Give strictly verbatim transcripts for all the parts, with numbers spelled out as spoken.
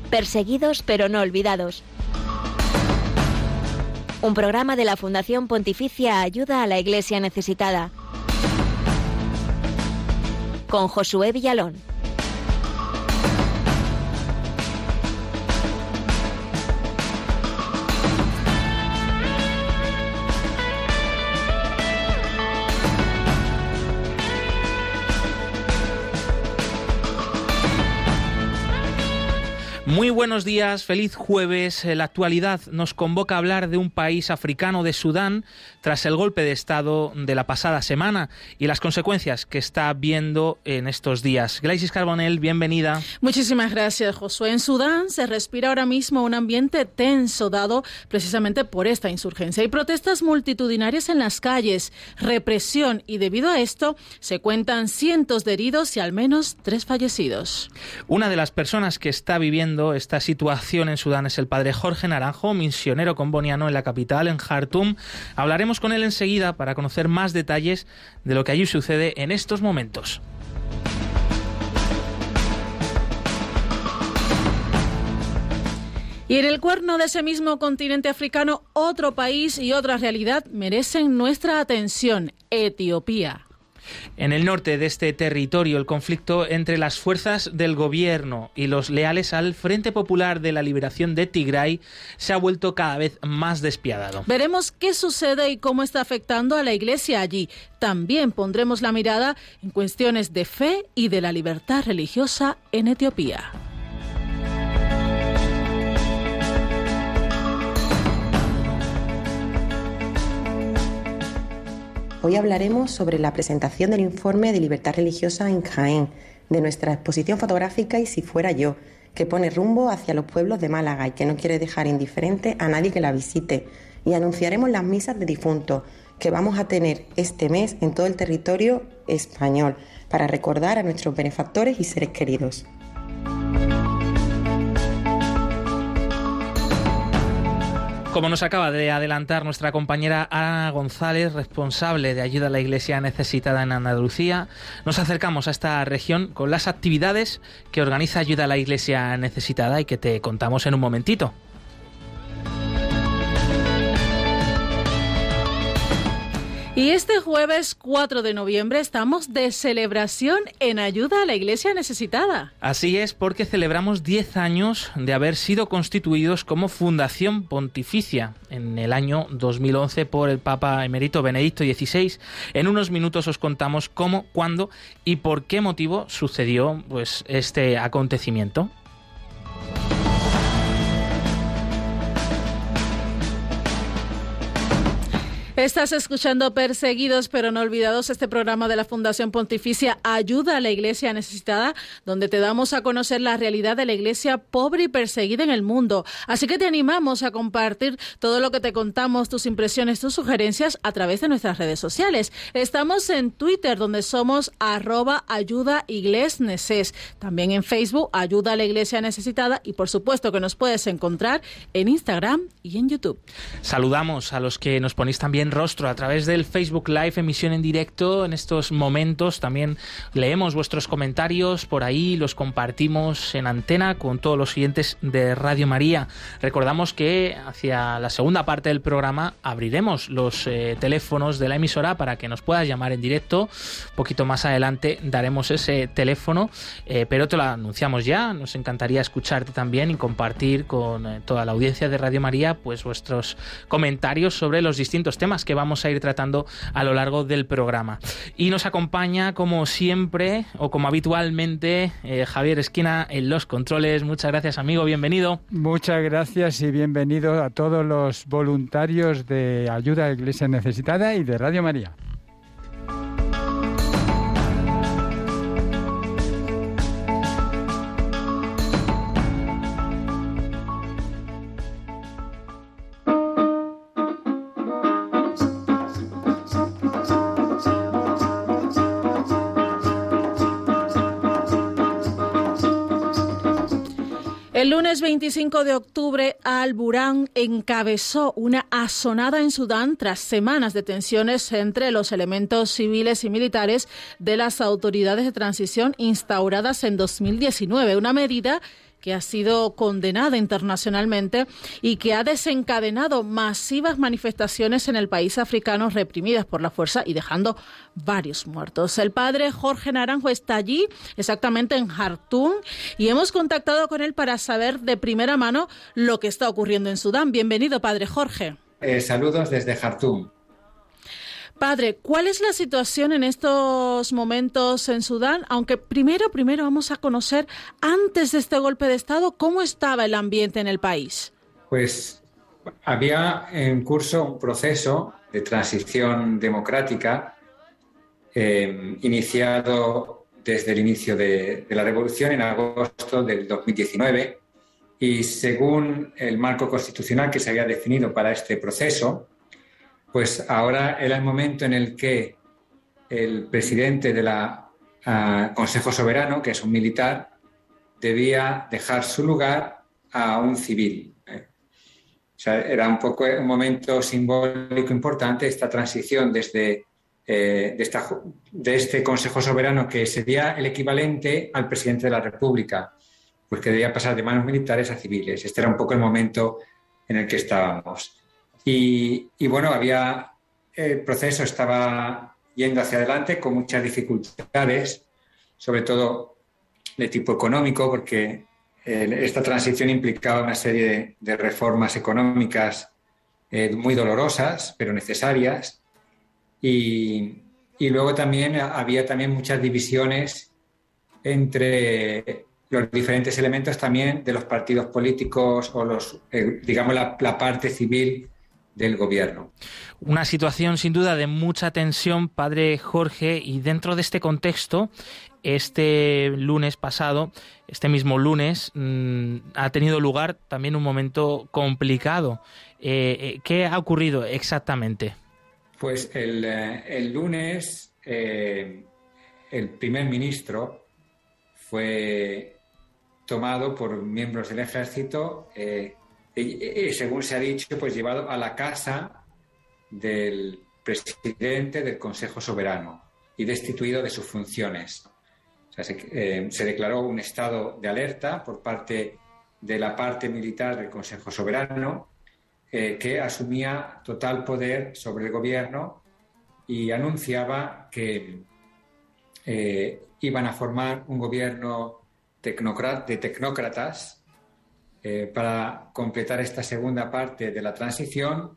Perseguidos pero no olvidados. Un programa de la Fundación Pontificia Ayuda a la Iglesia Necesitada. Con Josué Villalón. Muy buenos días, feliz jueves. La actualidad nos convoca a hablar de un país africano, de Sudán, tras el golpe de Estado de la pasada semana y las consecuencias que está viendo en estos días. Glaisis Carbonell, bienvenida. Muchísimas gracias, Josué. En Sudán se respira ahora mismo un ambiente tenso dado precisamente por esta insurgencia. Hay protestas multitudinarias en las calles, represión y debido a esto se cuentan cientos de heridos y al menos tres fallecidos. Una de las personas que está viviendo esta situación en Sudán es el padre Jorge Naranjo, misionero comboniano en la capital, en Jartum. Hablaremos con él enseguida para conocer más detalles de lo que allí sucede en estos momentos. Y en el cuerno de ese mismo continente africano, otro país y otra realidad merecen nuestra atención: Etiopía. En el norte de este territorio, el conflicto entre las fuerzas del gobierno y los leales al Frente Popular de la Liberación de Tigray se ha vuelto cada vez más despiadado. Veremos qué sucede y cómo está afectando a la Iglesia allí. También pondremos la mirada en cuestiones de fe y de la libertad religiosa en Etiopía. Hoy hablaremos sobre la presentación del informe de libertad religiosa en Jaén, de nuestra exposición fotográfica Y si fuera yo, que pone rumbo hacia los pueblos de Málaga y que no quiere dejar indiferente a nadie que la visite. Y anunciaremos las misas de difuntos que vamos a tener este mes en todo el territorio español para recordar a nuestros benefactores y seres queridos. Como nos acaba de adelantar nuestra compañera Ana González, responsable de Ayuda a la Iglesia Necesitada en Andalucía, nos acercamos a esta región con las actividades que organiza Ayuda a la Iglesia Necesitada y que te contamos en un momentito. Y este jueves cuatro de noviembre estamos de celebración en Ayuda a la Iglesia Necesitada. Así es, porque celebramos diez años de haber sido constituidos como Fundación Pontificia en el año dos mil once por el Papa Emérito Benedicto dieciséis. En unos minutos os contamos cómo, cuándo y por qué motivo sucedió pues, este acontecimiento. Estás escuchando Perseguidos pero no olvidados, este programa de la Fundación Pontificia Ayuda a la Iglesia Necesitada, donde te damos a conocer la realidad de la iglesia pobre y perseguida en el mundo. Así que te animamos a compartir todo lo que te contamos, tus impresiones, tus sugerencias a través de nuestras redes sociales. Estamos en Twitter, donde somos arroba ayuda igles neces. También en Facebook, Ayuda a la Iglesia Necesitada, y por supuesto que nos puedes encontrar en Instagram y en YouTube. Saludamos a los que nos ponéis también rostro a través del Facebook Live, emisión en directo en estos momentos. También leemos vuestros comentarios por ahí, los compartimos en antena con todos los oyentes de Radio María. Recordamos que hacia la segunda parte del programa abriremos los eh, teléfonos de la emisora para que nos puedas llamar en directo. Un poquito más adelante daremos ese teléfono, eh, pero te lo anunciamos ya. Nos encantaría escucharte también y compartir con eh, toda la audiencia de Radio María pues vuestros comentarios sobre los distintos temas que vamos a ir tratando a lo largo del programa. Y nos acompaña, como siempre, o como habitualmente, eh, Javier Esquina en los controles. Muchas gracias, amigo, bienvenido. Muchas gracias y bienvenido a todos los voluntarios de Ayuda a la Iglesia Necesitada y de Radio María. El lunes veinticinco de octubre, Al-Burhan encabezó una asonada en Sudán tras semanas de tensiones entre los elementos civiles y militares de las autoridades de transición instauradas en dos mil diecinueve, una medida que ha sido condenada internacionalmente y que ha desencadenado masivas manifestaciones en el país africano reprimidas por la fuerza y dejando varios muertos. El padre Jorge Naranjo está allí, exactamente en Jartum, y hemos contactado con él para saber de primera mano lo que está ocurriendo en Sudán. Bienvenido, padre Jorge. Eh, saludos desde Jartum. Padre, ¿cuál es la situación en estos momentos en Sudán? Aunque primero, primero vamos a conocer, antes de este golpe de Estado, ¿cómo estaba el ambiente en el país? Pues había en curso un proceso de transición democrática eh, iniciado desde el inicio de, de la revolución en agosto del dos mil diecinueve y según el marco constitucional que se había definido para este proceso, pues ahora era el momento en el que el presidente del uh, Consejo Soberano, que es un militar, debía dejar su lugar a un civil. ¿eh? O sea, era un poco un momento simbólico importante esta transición desde eh, de, esta, de este Consejo Soberano, que sería el equivalente al presidente de la República, pues que debía pasar de manos militares a civiles. Este era un poco el momento en el que estábamos. Y, y bueno, había, el proceso estaba yendo hacia adelante con muchas dificultades, sobre todo de tipo económico, porque eh, esta transición implicaba una serie de, de reformas económicas eh, muy dolorosas, pero necesarias. Y, y luego también había también muchas divisiones entre los diferentes elementos también de los partidos políticos o los, eh, digamos, la, la parte civil del gobierno. Una situación sin duda de mucha tensión, padre Jorge, y dentro de este contexto, este lunes pasado, este mismo lunes, mmm, ha tenido lugar también un momento complicado. Eh, ¿Qué ha ocurrido exactamente? Pues el, el lunes eh, el primer ministro fue tomado por miembros del ejército eh, y, según se ha dicho, pues llevado a la casa del presidente del Consejo Soberano y destituido de sus funciones. O sea, se, eh, se declaró un estado de alerta por parte de la parte militar del Consejo Soberano eh, que asumía total poder sobre el gobierno y anunciaba que eh, iban a formar un gobierno tecnocrat- de tecnócratas Eh, para completar esta segunda parte de la transición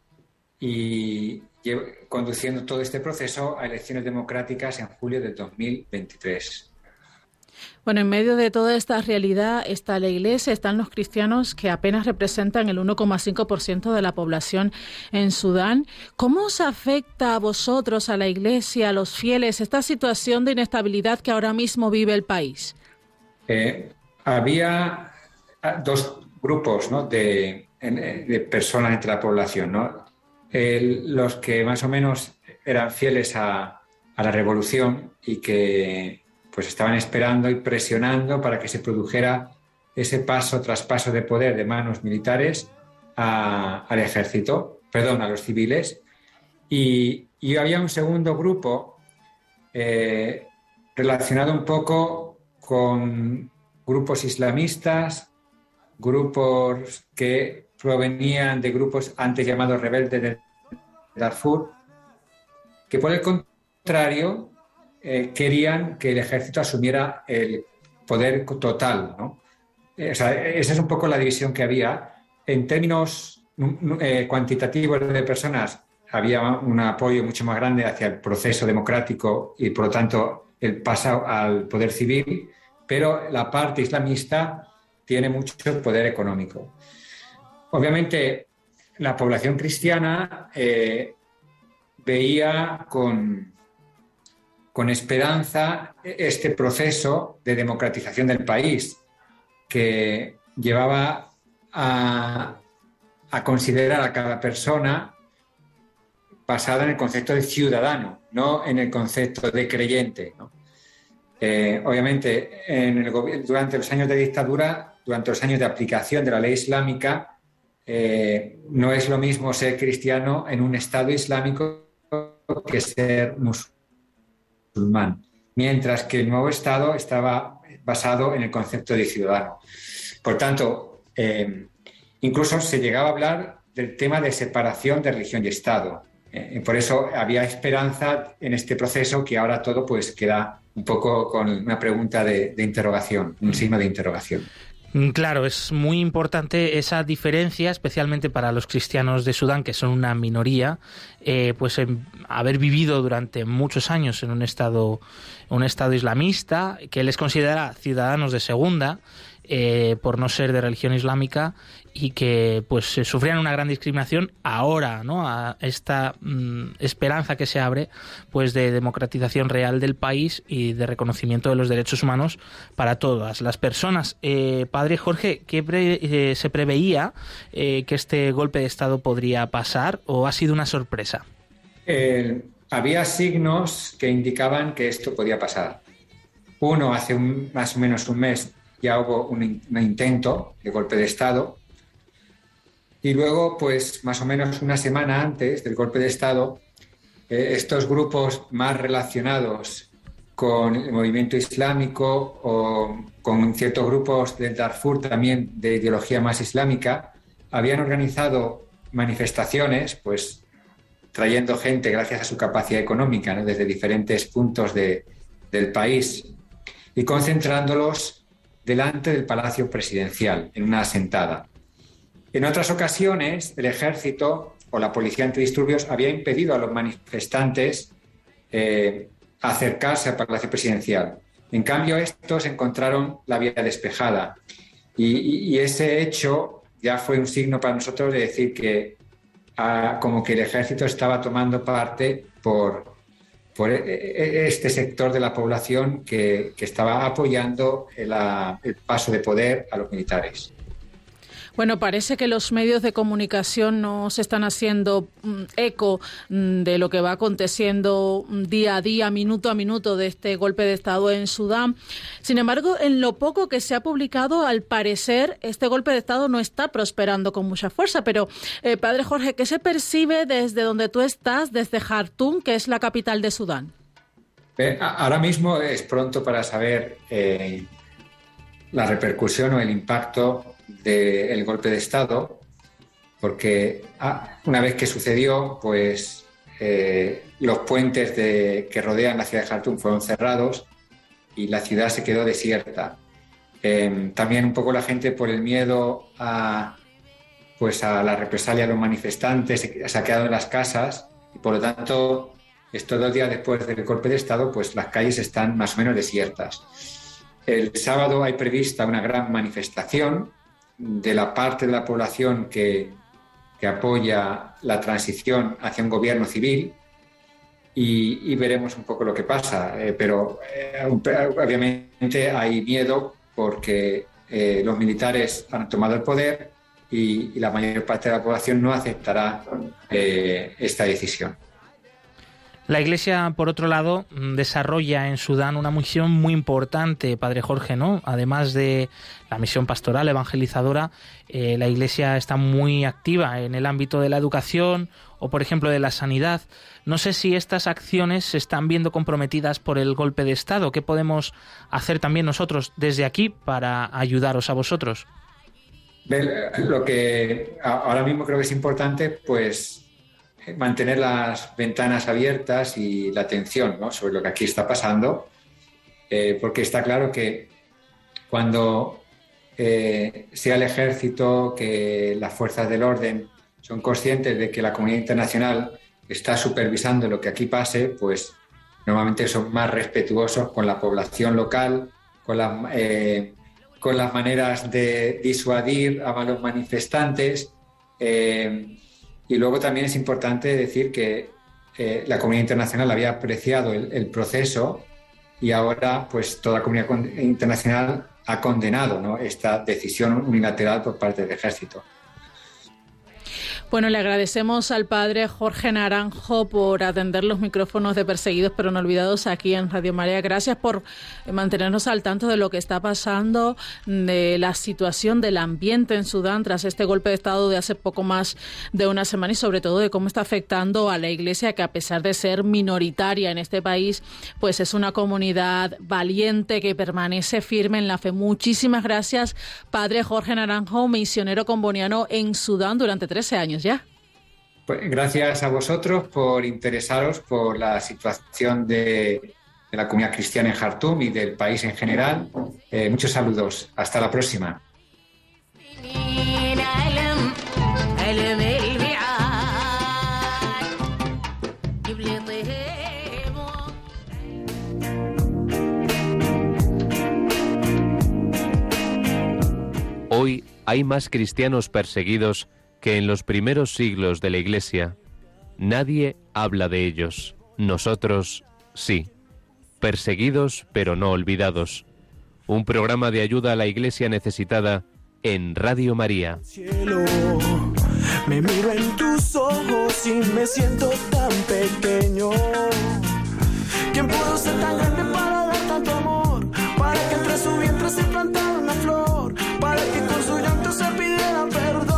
y lle- conduciendo todo este proceso a elecciones democráticas en julio de dos mil veintitrés. Bueno, en medio de toda esta realidad está la Iglesia, están los cristianos que apenas representan el uno coma cinco por ciento de la población en Sudán. ¿Cómo os afecta a vosotros, a la Iglesia, a los fieles, esta situación de inestabilidad que ahora mismo vive el país? Eh, había dos grupos, ¿no?, de, de personas entre la población, ¿no? El, los que más o menos eran fieles a, a la revolución y que pues estaban esperando y presionando para que se produjera ese paso tras paso de poder de manos militares a, al ejército, perdón, a los civiles. Y, y había un segundo grupo eh, relacionado un poco con grupos islamistas, grupos que provenían de grupos antes llamados rebeldes de Darfur, que por el contrario eh, querían que el ejército asumiera el poder total, ¿no? Eh, o sea, esa es un poco la división que había. En términos eh, cuantitativos de personas, había un apoyo mucho más grande hacia el proceso democrático y, por lo tanto, el paso al poder civil, pero la parte islamista tiene mucho poder económico. Obviamente, la población cristiana eh, veía con, con esperanza este proceso de democratización del país, que llevaba a, a considerar a cada persona basada en el concepto de ciudadano, no en el concepto de creyente, ¿no? Eh, obviamente, en el, durante los años de dictadura, durante los años de aplicación de la ley islámica, eh, no es lo mismo ser cristiano en un Estado islámico que ser musulmán, mientras que el nuevo Estado estaba basado en el concepto de ciudadano. Por tanto, eh, incluso se llegaba a hablar del tema de separación de religión y Estado. Eh, por eso había esperanza en este proceso, que ahora todo pues queda un poco con una pregunta de, de interrogación, un signo de interrogación. Claro, es muy importante esa diferencia, especialmente para los cristianos de Sudán, que son una minoría, eh, pues en haber vivido durante muchos años en un estado, un estado islamista, que les considera ciudadanos de segunda, eh, por no ser de religión islámica, y que pues sufrían una gran discriminación. Ahora, ¿no?, a esta mmm, esperanza que se abre pues de democratización real del país y de reconocimiento de los derechos humanos para todas las personas. Eh, padre Jorge, ¿qué pre- eh, se preveía eh, que este golpe de Estado podría pasar, o ha sido una sorpresa? Eh, había signos que indicaban que esto podía pasar. Uno, hace un, más o menos un mes ya hubo un, un intento de golpe de Estado. Y luego, pues más o menos una semana antes del golpe de Estado, eh, estos grupos más relacionados con el movimiento islámico o con ciertos grupos del Darfur también de ideología más islámica, habían organizado manifestaciones, pues trayendo gente gracias a su capacidad económica, ¿no?, desde diferentes puntos de, del país, y concentrándolos delante del Palacio Presidencial en una asentada. En otras ocasiones, el ejército o la policía antidisturbios había impedido a los manifestantes eh, acercarse al Palacio Presidencial. En cambio, estos encontraron la vía despejada. Y, y, y ese hecho ya fue un signo para nosotros de decir que a, como que el ejército estaba tomando parte por, por este sector de la población que, que estaba apoyando el, el paso de poder a los militares. Bueno, parece que los medios de comunicación no se están haciendo mm, eco mm, de lo que va aconteciendo día a día, minuto a minuto, de este golpe de Estado en Sudán. Sin embargo, en lo poco que se ha publicado, al parecer, este golpe de Estado no está prosperando con mucha fuerza. Pero, eh, padre Jorge, ¿qué se percibe desde donde tú estás, desde Jartum, que es la capital de Sudán? Eh, ahora mismo es pronto para saber eh, la repercusión o el impacto del golpe de Estado, porque ah, una vez que sucedió, pues eh, los puentes de, que rodean la ciudad de Jartum fueron cerrados y la ciudad se quedó desierta. Eh, también un poco la gente, por el miedo a, pues a la represalia de los manifestantes, se, se ha quedado en las casas, y por lo tanto, estos dos días después del golpe de Estado, pues las calles están más o menos desiertas. El sábado hay prevista una gran manifestación de la parte de la población que, que apoya la transición hacia un gobierno civil, y, y veremos un poco lo que pasa. Eh, pero eh, obviamente hay miedo porque eh, los militares han tomado el poder y, y la mayor parte de la población no aceptará eh, esta decisión. La Iglesia, por otro lado, desarrolla en Sudán una misión muy importante, padre Jorge, ¿no? Además de la misión pastoral, evangelizadora, eh, la Iglesia está muy activa en el ámbito de la educación o, por ejemplo, de la sanidad. No sé si estas acciones se están viendo comprometidas por el golpe de Estado. ¿Qué podemos hacer también nosotros desde aquí para ayudaros a vosotros? Lo que ahora mismo creo que es importante, pues mantener las ventanas abiertas y la atención, ¿no?, sobre lo que aquí está pasando, eh, porque está claro que cuando eh, sea el ejército, que las fuerzas del orden son conscientes de que la comunidad internacional está supervisando lo que aquí pase, pues normalmente son más respetuosos con la población local, con, la, eh, con las maneras de disuadir a los manifestantes. Eh, Y luego también es importante decir que eh, la comunidad internacional había apreciado el, el proceso, y ahora pues toda la comunidad internacional ha condenado, ¿no?, esta decisión unilateral por parte del ejército. Bueno, le agradecemos al padre Jorge Naranjo por atender los micrófonos de Perseguidos pero no olvidados aquí en Radio María. Gracias por mantenernos al tanto de lo que está pasando, de la situación del ambiente en Sudán tras este golpe de Estado de hace poco más de una semana y sobre todo de cómo está afectando a la Iglesia, que a pesar de ser minoritaria en este país, pues es una comunidad valiente que permanece firme en la fe. Muchísimas gracias, padre Jorge Naranjo, misionero comboniano en Sudán durante trece años ya. Pues gracias a vosotros por interesaros por la situación de, de la comunidad cristiana en Jartum y del país en general. Eh, muchos saludos. Hasta la próxima. Hoy hay más cristianos perseguidos que en los primeros siglos de la Iglesia. Nadie habla de ellos. Nosotros sí. Perseguidos pero no olvidados. Un programa de ayuda a la Iglesia necesitada en Radio María. Cielo, me miro en tus ojos y me siento tan pequeño. ¿Quién pudo ser tan grande para dar tanto amor? Para que entre su vientre se plantara una flor, para que con su llanto se pidiera perdón.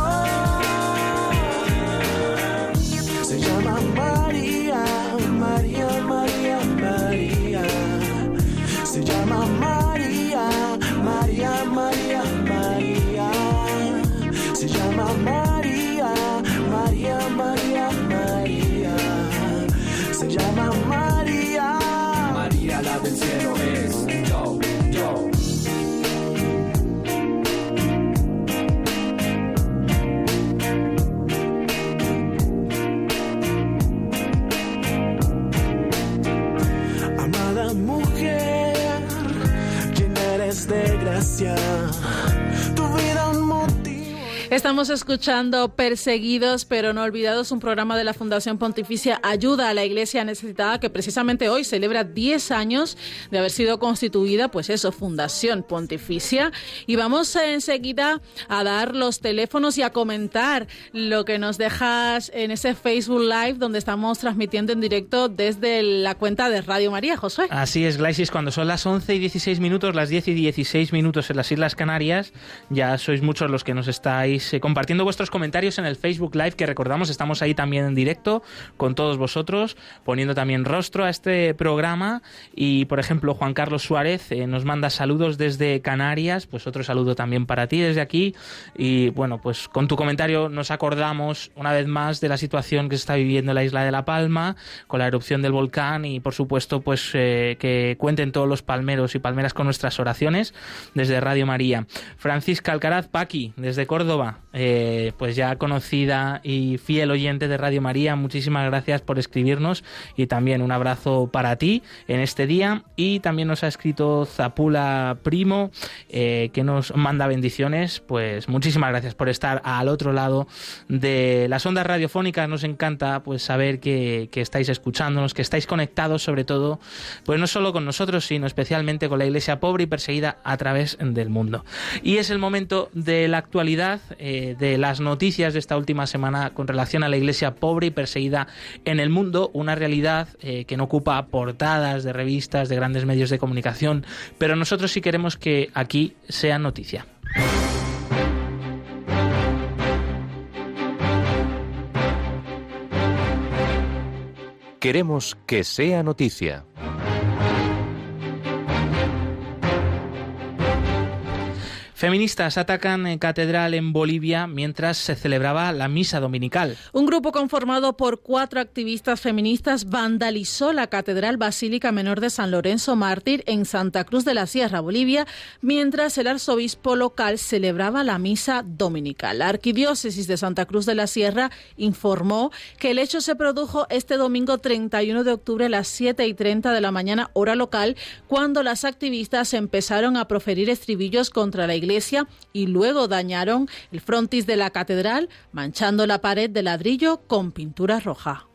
Se llama María, María, María, María. Se llama María, María, María, María. Se llama María, María, María, María. Se llama María. María, la del cielo es yo, yo. Amada mujer, llena eres de gracia, tu vida un motivo. Estamos escuchando Perseguidos pero no olvidados, un programa de la Fundación Pontificia Ayuda a la Iglesia Necesitada, que precisamente hoy celebra diez años de haber sido constituida, pues eso, Fundación Pontificia. Y vamos enseguida a dar los teléfonos y a comentar lo que nos dejas en ese Facebook Live donde estamos transmitiendo en directo desde la cuenta de Radio María, Josué. Así es, Glaisis, cuando son las once y dieciséis minutos, las diez y dieciséis minutos en las Islas Canarias, ya sois muchos los que nos estáis compartiendo vuestros comentarios en el Facebook Live, que recordamos estamos ahí también en directo con todos vosotros, poniendo también rostro a este programa. Y por ejemplo, Juan Carlos Suárez eh, nos manda saludos desde Canarias, pues otro saludo también para ti desde aquí. Y bueno, pues con tu comentario nos acordamos una vez más de la situación que se está viviendo en la isla de La Palma con la erupción del volcán, y por supuesto pues eh, que cuenten todos los palmeros y palmeras con nuestras oraciones desde Radio María. Francisca Alcaraz Paqui desde Córdoba, Eh, pues ya conocida y fiel oyente de Radio María, muchísimas gracias por escribirnos y también un abrazo para ti en este día. Y también nos ha escrito Zapula Primo, eh, que nos manda bendiciones. Pues muchísimas gracias por estar al otro lado de las ondas radiofónicas. Nos encanta pues saber que, que estáis escuchándonos, que estáis conectados, sobre todo pues no solo con nosotros, sino especialmente con la Iglesia pobre y perseguida a través del mundo. Y es el momento de la actualidad, Eh, de las noticias de esta última semana con relación a la Iglesia pobre y perseguida en el mundo, una realidad eh, que no ocupa portadas de revistas, de grandes medios de comunicación, pero nosotros sí queremos que aquí sea noticia. Queremos que sea noticia. Feministas atacan en catedral en Bolivia mientras se celebraba la misa dominical. Un grupo conformado por cuatro activistas feministas vandalizó la Catedral Basílica Menor de San Lorenzo Mártir en Santa Cruz de la Sierra, Bolivia, mientras el arzobispo local celebraba la misa dominical. La Arquidiócesis de Santa Cruz de la Sierra informó que el hecho se produjo este domingo treinta y uno de octubre a las siete y treinta de la mañana, hora local, cuando las activistas empezaron a proferir estribillos contra la iglesia iglesia y luego dañaron el frontis de la catedral, manchando la pared de ladrillo con pintura roja.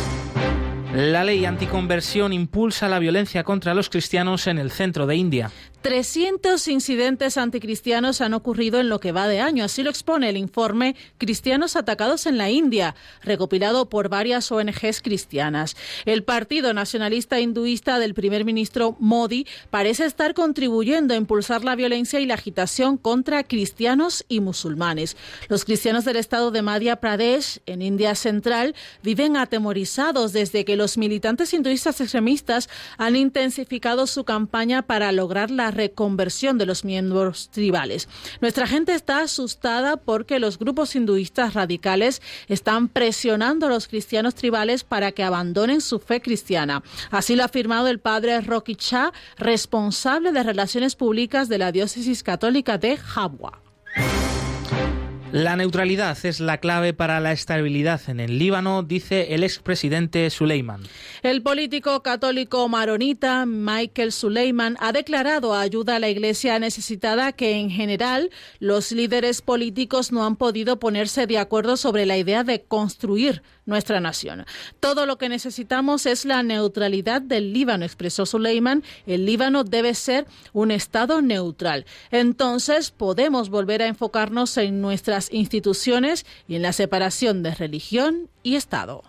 La ley anticonversión impulsa la violencia contra los cristianos en el centro de India. trescientos incidentes anticristianos han ocurrido en lo que va de año. Así lo expone el informe Cristianos atacados en la India, recopilado por varias O N Ges cristianas. El Partido Nacionalista Hinduista del primer ministro Modi parece estar contribuyendo a impulsar la violencia y la agitación contra cristianos y musulmanes. Los cristianos del estado de Madhya Pradesh, en India Central, viven atemorizados desde que los militantes hinduistas extremistas han intensificado su campaña para lograr la reconversión de los miembros tribales. Nuestra gente está asustada porque los grupos hinduistas radicales están presionando a los cristianos tribales para que abandonen su fe cristiana. Así lo ha afirmado el padre Rocky Shah, responsable de relaciones públicas de la diócesis católica de Jabwa. La neutralidad es la clave para la estabilidad en el Líbano, dice el expresidente Suleiman. El político católico maronita Michael Suleiman ha declarado ayuda a la Iglesia necesitada que, en general, los líderes políticos no han podido ponerse de acuerdo sobre la idea de construir nuestra nación. Todo lo que necesitamos es la neutralidad del Líbano, expresó Suleiman. El Líbano debe ser un Estado neutral. Entonces podemos volver a enfocarnos en nuestras instituciones y en la separación de religión y Estado.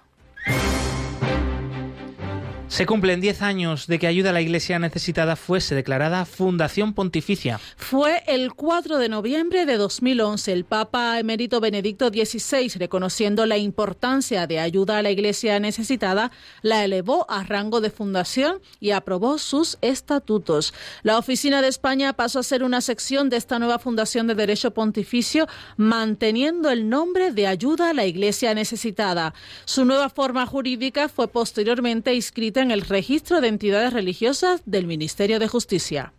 Se cumplen diez años de que Ayuda a la Iglesia Necesitada fuese declarada Fundación Pontificia. Fue el cuatro de noviembre de dos mil once. El Papa emérito Benedicto dieciséis, reconociendo la importancia de Ayuda a la Iglesia Necesitada, la elevó a rango de fundación y aprobó sus estatutos. La Oficina de España pasó a ser una sección de esta nueva Fundación de Derecho Pontificio, manteniendo el nombre de Ayuda a la Iglesia Necesitada. Su nueva forma jurídica fue posteriormente inscrita en el registro de entidades religiosas del Ministerio de Justicia.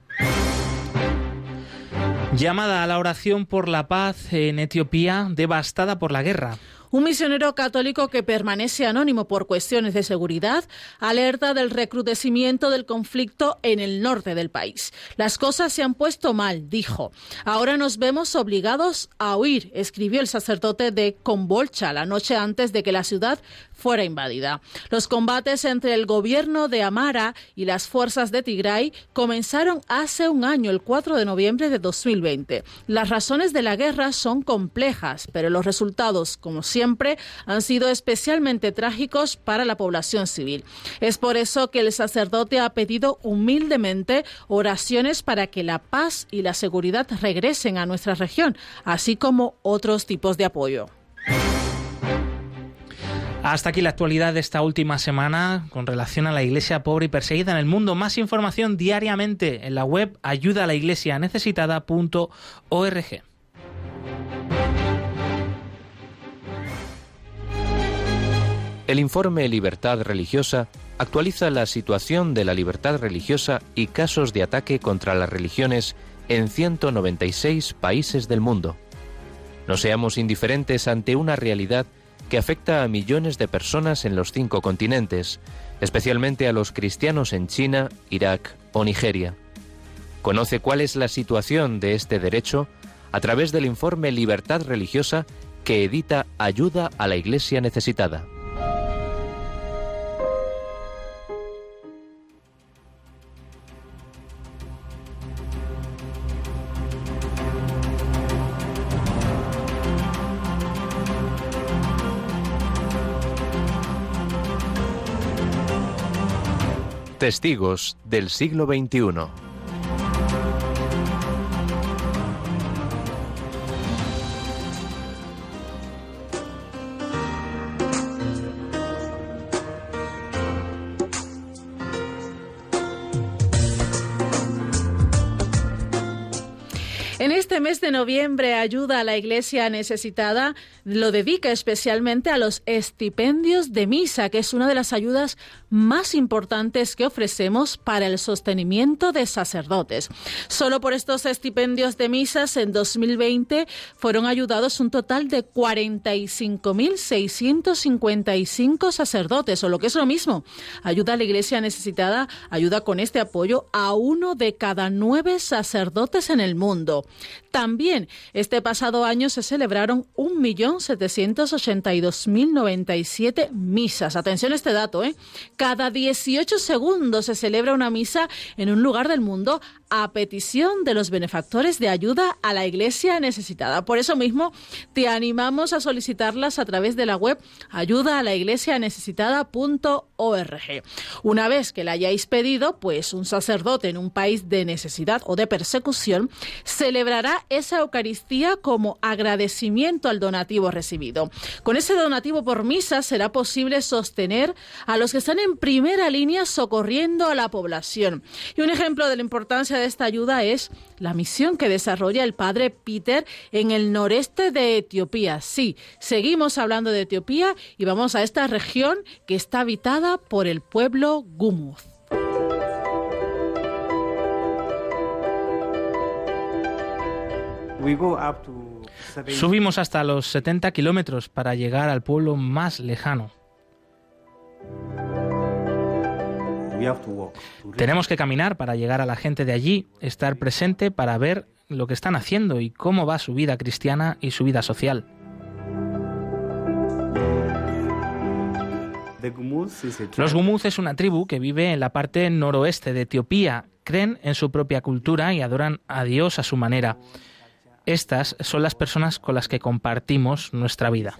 Llamada a la oración por la paz en Etiopía, devastada por la guerra. Un misionero católico que permanece anónimo por cuestiones de seguridad alerta del recrudecimiento del conflicto en el norte del país. Las cosas se han puesto mal, dijo. Ahora nos vemos obligados a huir, escribió el sacerdote de Combolcha la noche antes de que la ciudad fuera invadida. Los combates entre el gobierno de Amara y las fuerzas de Tigray comenzaron hace un año, el cuatro de noviembre de dos mil veinte. Las razones de la guerra son complejas, pero los resultados, como siempre, Siempre han sido especialmente trágicos para la población civil. Es por eso que el sacerdote ha pedido humildemente oraciones para que la paz y la seguridad regresen a nuestra región, así como otros tipos de apoyo. Hasta aquí la actualidad de esta última semana con relación a la iglesia pobre y perseguida en el mundo. Más información diariamente en la web ayuda a la iglesia necesitada punto org. El informe Libertad Religiosa actualiza la situación de la libertad religiosa y casos de ataque contra las religiones en ciento noventa y seis países del mundo. No seamos indiferentes ante una realidad que afecta a millones de personas en los cinco continentes, especialmente a los cristianos en China, Irak o Nigeria. Conoce cuál es la situación de este derecho a través del informe Libertad Religiosa que edita Ayuda a la Iglesia Necesitada. Testigos del siglo veintiuno. En este mes de noviembre, Ayuda a la Iglesia Necesitada lo dedica especialmente a los estipendios de misa, que es una de las ayudas más importantes que ofrecemos para el sostenimiento de sacerdotes. Solo por estos estipendios de misas en dos mil veinte fueron ayudados un total de cuarenta y cinco mil seiscientos cincuenta y cinco sacerdotes, o lo que es lo mismo. Ayuda a la Iglesia Necesitada ayuda con este apoyo a uno de cada nueve sacerdotes en el mundo. También este pasado año se celebraron un millón setecientos ochenta y dos mil noventa y siete misas. Atención a este dato, ¿eh? Cada dieciocho segundos se celebra una misa en un lugar del mundo a petición de los benefactores de ayuda a la Iglesia necesitada. Por eso mismo te animamos a solicitarlas a través de la web ayuda a la iglesia necesitada punto org. Una vez que la hayáis pedido, pues un sacerdote en un país de necesidad o de persecución celebrará esa Eucaristía como agradecimiento al donativo recibido. Con ese donativo por misa será posible sostener a los que están en primera línea socorriendo a la población. Y un ejemplo de la importancia de esta ayuda es la misión que desarrolla el padre Peter en el noreste de Etiopía. Sí, seguimos hablando de Etiopía y vamos a esta región que está habitada por el pueblo Gumuz. Subimos hasta los setenta kilómetros para llegar al pueblo más lejano. Tenemos que caminar para llegar a la gente de allí, estar presente para ver lo que están haciendo y cómo va su vida cristiana y su vida social. Los Gumuz es una tribu que vive en la parte noroeste de Etiopía. Creen en su propia cultura y adoran a Dios a su manera. Estas son las personas con las que compartimos nuestra vida.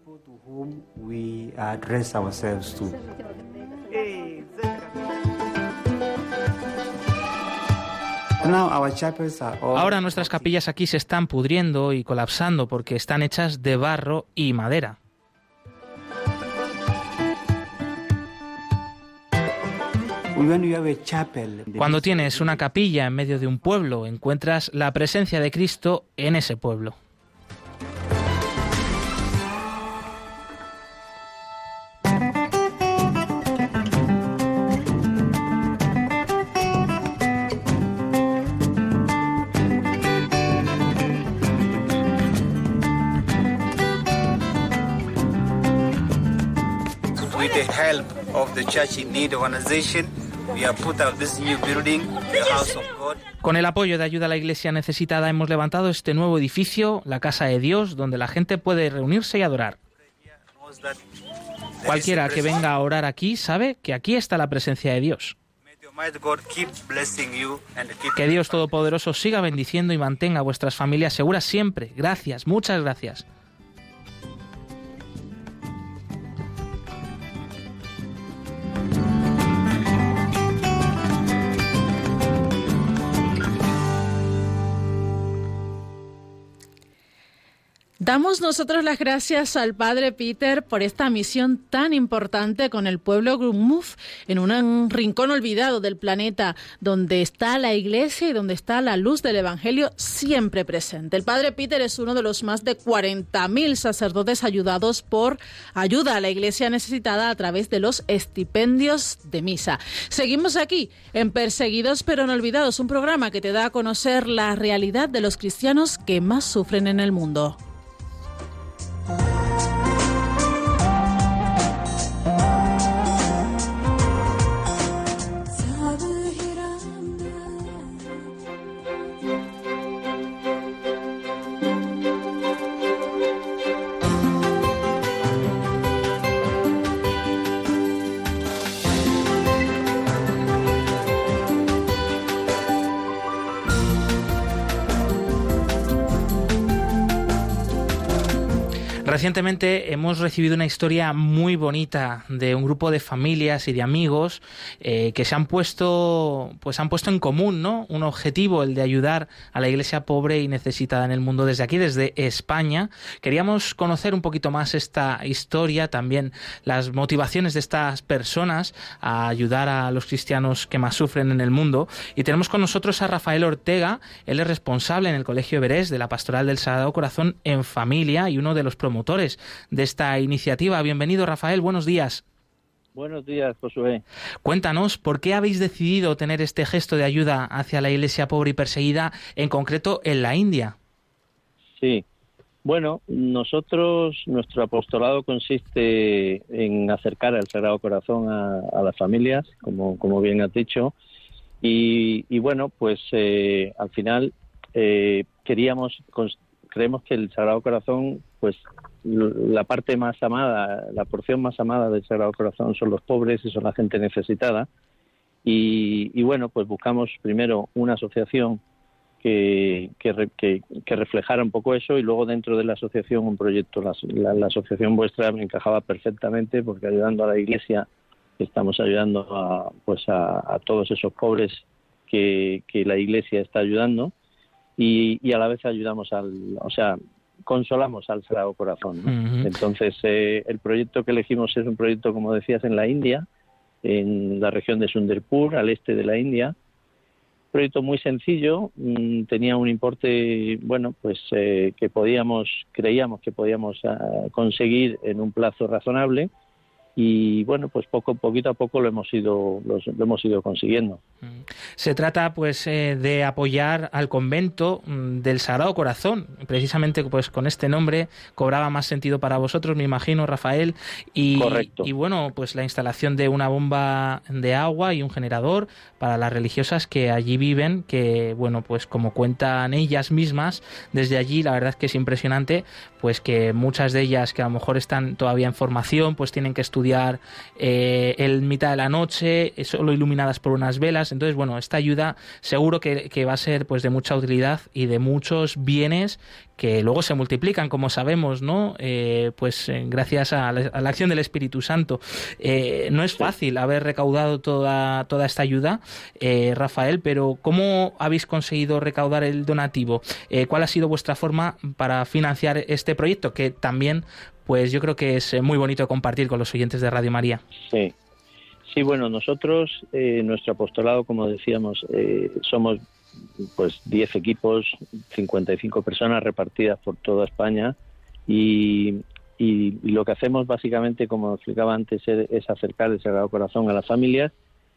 Ahora nuestras capillas aquí se están pudriendo y colapsando porque están hechas de barro y madera. Cuando tienes una capilla en medio de un pueblo, encuentras la presencia de Cristo en ese pueblo. With the help of the Church in Need organization, we have put up this new building, the House of God. Con el apoyo de Ayuda a la Iglesia Necesitada hemos levantado este nuevo edificio, la Casa de Dios, donde la gente puede reunirse y adorar. Cualquiera que venga a orar aquí sabe que aquí está la presencia de Dios. Que Dios Todopoderoso siga bendiciendo y mantenga vuestras familias seguras siempre. Gracias, muchas gracias. Damos nosotros las gracias al padre Peter por esta misión tan importante con el pueblo Gumuz en un rincón olvidado del planeta donde está la Iglesia y donde está la luz del Evangelio siempre presente. El padre Peter es uno de los más de cuarenta mil sacerdotes ayudados por Ayuda a la Iglesia Necesitada a través de los estipendios de misa. Seguimos aquí en Perseguidos pero no olvidados, un programa que te da a conocer la realidad de los cristianos que más sufren en el mundo. Recientemente hemos recibido una historia muy bonita de un grupo de familias y de amigos eh, que se han puesto, pues han puesto en común, ¿no?, un objetivo, el de ayudar a la iglesia pobre y necesitada en el mundo. Desde aquí, desde España, queríamos conocer un poquito más esta historia, también las motivaciones de estas personas a ayudar a los cristianos que más sufren en el mundo. Y tenemos con nosotros a Rafael Ortega. Él es responsable en el Colegio Everest de la Pastoral del Sagrado Corazón en Familia y uno de los promotores de esta iniciativa. Bienvenido, Rafael, buenos días. Buenos días, Josué. Cuéntanos, ¿por qué habéis decidido tener este gesto de ayuda hacia la iglesia pobre y perseguida, en concreto en la India? Sí, bueno, nosotros, nuestro apostolado consiste en acercar al Sagrado Corazón a, a las familias, como, como bien has dicho, y, y bueno, pues eh, al final eh, queríamos... Creemos que el Sagrado Corazón, pues la parte más amada, la porción más amada del Sagrado Corazón son los pobres y son la gente necesitada. Y, y bueno, pues buscamos primero una asociación que, que, que, que reflejara un poco eso, y luego dentro de la asociación un proyecto. La, la, la asociación vuestra me encajaba perfectamente, porque ayudando a la Iglesia estamos ayudando a, pues a, a todos esos pobres que, que la Iglesia está ayudando, y, y a la vez ayudamos al, o sea, consolamos al Sagrado Corazón, ¿no? Uh-huh. Entonces, eh, el proyecto que elegimos es un proyecto, como decías, en la India, en la región de Sundarpur, al este de la India. Proyecto muy sencillo, mmm, tenía un importe, bueno, pues eh, que podíamos, creíamos que podíamos uh, conseguir en un plazo razonable, y bueno, pues poco poquito a poco lo hemos ido lo, lo hemos ido consiguiendo. Se trata pues eh, de apoyar al convento del Sagrado Corazón, precisamente pues con este nombre cobraba más sentido para vosotros, me imagino, Rafael, y, Correcto. y bueno, pues la instalación de una bomba de agua y un generador para las religiosas que allí viven, que bueno, pues como cuentan ellas mismas, desde allí la verdad es que es impresionante, pues que muchas de ellas que a lo mejor están todavía en formación, pues tienen que estudiar eh, en mitad de la noche, solo iluminadas por unas velas. Entonces, bueno, esta ayuda seguro que, que va a ser pues de mucha utilidad y de muchos bienes que luego se multiplican, como sabemos, ¿no? Eh, pues eh, gracias a la, a la acción del Espíritu Santo. Eh, no es fácil haber recaudado toda, toda esta ayuda, eh, Rafael, pero ¿cómo habéis conseguido recaudar el donativo? Eh, ¿Cuál ha sido vuestra forma para financiar este proyecto? Que también, pues yo creo que es muy bonito compartir con los oyentes de Radio María. Sí, sí, bueno, nosotros, eh, nuestro apostolado, como decíamos, eh, somos pues diez equipos, cincuenta y cinco personas repartidas por toda España, y, y, y lo que hacemos básicamente, como explicaba antes, es, es acercar el Sagrado Corazón a las familias,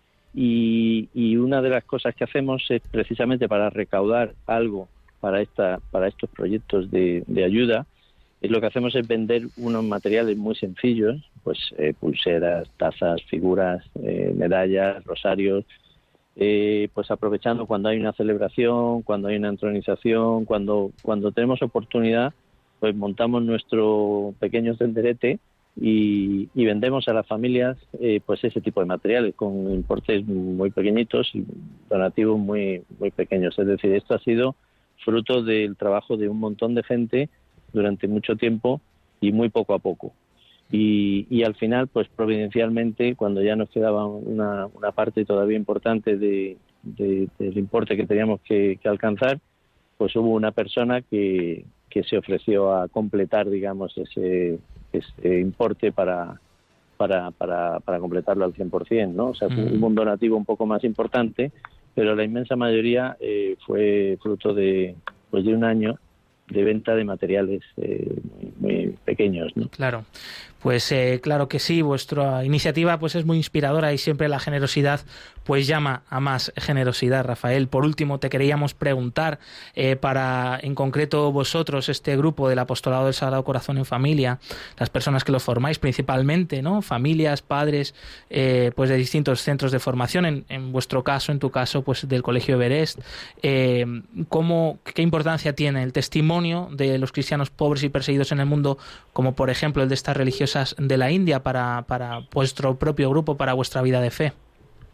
y, y una de las cosas que hacemos es precisamente para recaudar algo para esta para estos proyectos de, de ayuda. Y lo que hacemos es vender unos materiales muy sencillos, pues eh, pulseras, tazas, figuras, eh, medallas, rosarios, eh, pues aprovechando cuando hay una celebración, cuando hay una entronización, cuando cuando tenemos oportunidad, pues montamos nuestro pequeño tenderete y, y vendemos a las familias eh, pues ese tipo de materiales con importes muy pequeñitos y donativos muy muy pequeños. Es decir, esto ha sido fruto del trabajo de un montón de gente durante mucho tiempo y muy poco a poco. Y, y al final, pues providencialmente, cuando ya nos quedaba una, una parte todavía importante de, de, del importe que teníamos que, que alcanzar, pues hubo una persona que, que se ofreció a completar, digamos, ese, ese importe para, para, para, para completarlo al cien por ciento, ¿no? O sea, mm. hubo un donativo un poco más importante, pero la inmensa mayoría eh, fue fruto de, pues, de un año de venta de materiales eh, muy, muy pequeños, ¿no? Claro. Pues eh, claro que sí, vuestra iniciativa pues es muy inspiradora y siempre la generosidad pues llama a más generosidad, Rafael. Por último, te queríamos preguntar eh, para, en concreto, vosotros, este grupo del Apostolado del Sagrado Corazón en Familia, las personas que lo formáis principalmente, ¿no? Familias, padres, eh, pues de distintos centros de formación, en, en vuestro caso, en tu caso, pues del Colegio Everest. Eh, ¿cómo, ¿Qué importancia tiene el testimonio de los cristianos pobres y perseguidos en el mundo, como por ejemplo el de estas religiosas de la India, para, para vuestro propio grupo, para vuestra vida de fe?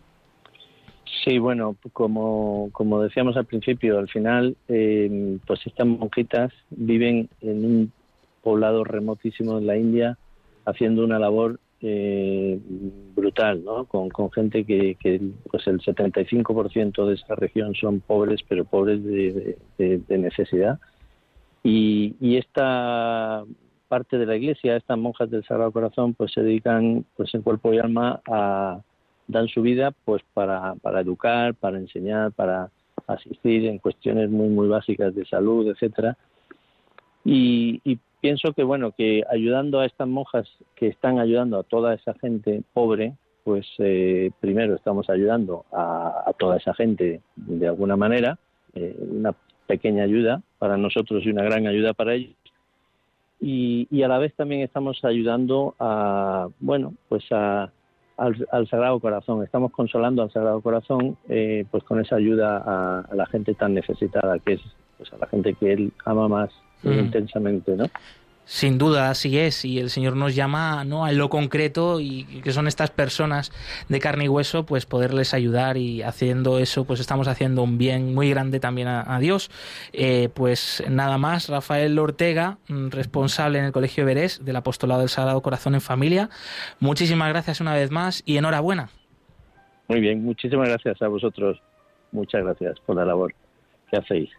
Sí, bueno, como, como decíamos al principio, al final, eh, pues estas monjitas viven en un poblado remotísimo en la India, haciendo una labor eh, brutal, ¿no? Con, con gente que, que, pues el setenta y cinco por ciento de esa región son pobres, pero pobres de, de, de necesidad. Y, y esta parte de la Iglesia, estas monjas del Sagrado Corazón, pues se dedican, pues en cuerpo y alma, a dan su vida, pues para para educar, para enseñar, para asistir en cuestiones muy muy básicas de salud, etcétera. Y, y pienso que bueno, que ayudando a estas monjas que están ayudando a toda esa gente pobre, pues eh, primero estamos ayudando a, a toda esa gente de alguna manera, eh, una pequeña ayuda para nosotros y una gran ayuda para ellos. Y, y a la vez también estamos ayudando a, bueno, pues a, al, al Sagrado Corazón. Estamos consolando al Sagrado Corazón, eh, pues con esa ayuda a, a la gente tan necesitada, que es pues a la gente que él ama más mm. intensamente, ¿no? Sin duda, así es, y el Señor nos llama, ¿no?, a lo concreto, y que son estas personas de carne y hueso, pues poderles ayudar, y haciendo eso pues estamos haciendo un bien muy grande también a, a Dios. Eh, pues nada más, Rafael Ortega, responsable en el Colegio Everest del Apostolado del Sagrado Corazón en Familia, muchísimas gracias una vez más y enhorabuena. Muy bien, muchísimas gracias a vosotros, muchas gracias por la labor que hacéis.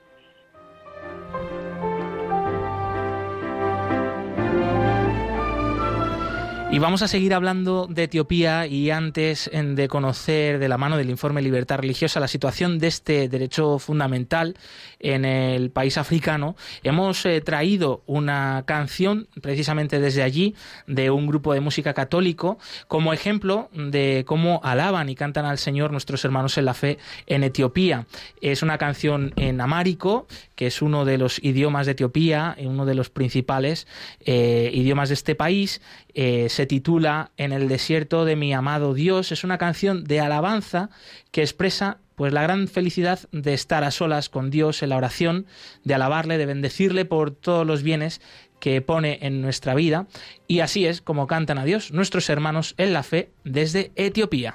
Y vamos a seguir hablando de Etiopía, y antes de conocer de la mano del informe Libertad Religiosa la situación de este derecho fundamental en el país africano, hemos eh, traído una canción precisamente desde allí de un grupo de música católico como ejemplo de cómo alaban y cantan al Señor nuestros hermanos en la fe en Etiopía. Es una canción en amárico, que es uno de los idiomas de Etiopía, uno de los principales eh, idiomas de este país. Eh, se titula En el desierto de mi amado Dios. Es una canción de alabanza que expresa pues la gran felicidad de estar a solas con Dios en la oración, de alabarle, de bendecirle por todos los bienes que pone en nuestra vida, y así es como cantan a Dios nuestros hermanos en la fe desde Etiopía.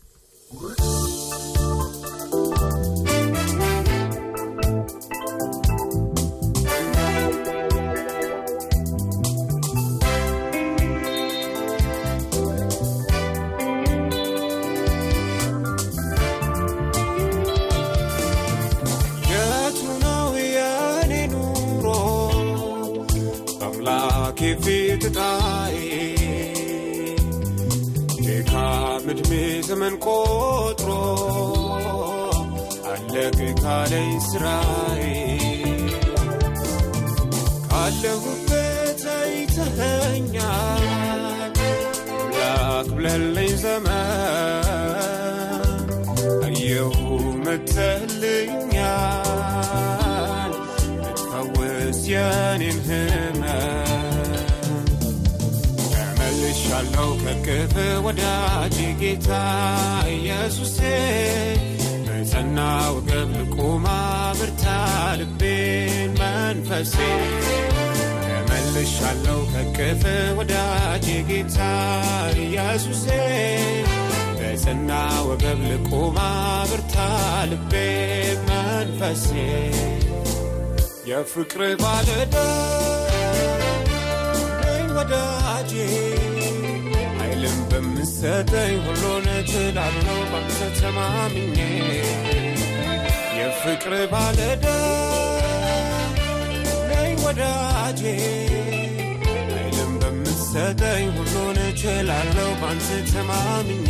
ፊት ጣይ ድካም ዕድሜ ዘመን ቆጥሮ አለቅ ካለኝ ስራዬ ካለሁበት አይተኸኛል አምላክ ብለኸኝ ዘመን አየሁ መጥተህልኛል ልትፈውስ የኔን ህመም ሻለው ከክፍ ወዳጅ ጌታ ኢየሱሴ በጸናው ወገብ ልቁማ ብርታ ልቤን መንፈሴ ተመልሻለው ከክፍ ወዳጅ ጌታ ኢየሱሴ በጸናው ወገብ ልቁማ ብርታ ልቤን መንፈሴ የፍቅር ባለዳ ወዳጄ ኃይልን በምትሰጠኝ ሁሉን እችላለሁ ባንተ ተማምኜ የፍቅር ባለዕዳ ነኝ ወዳጄ ኃይልን በምትሰጠኝ ሁሉን እችላለሁ ባንተ ተማምኜ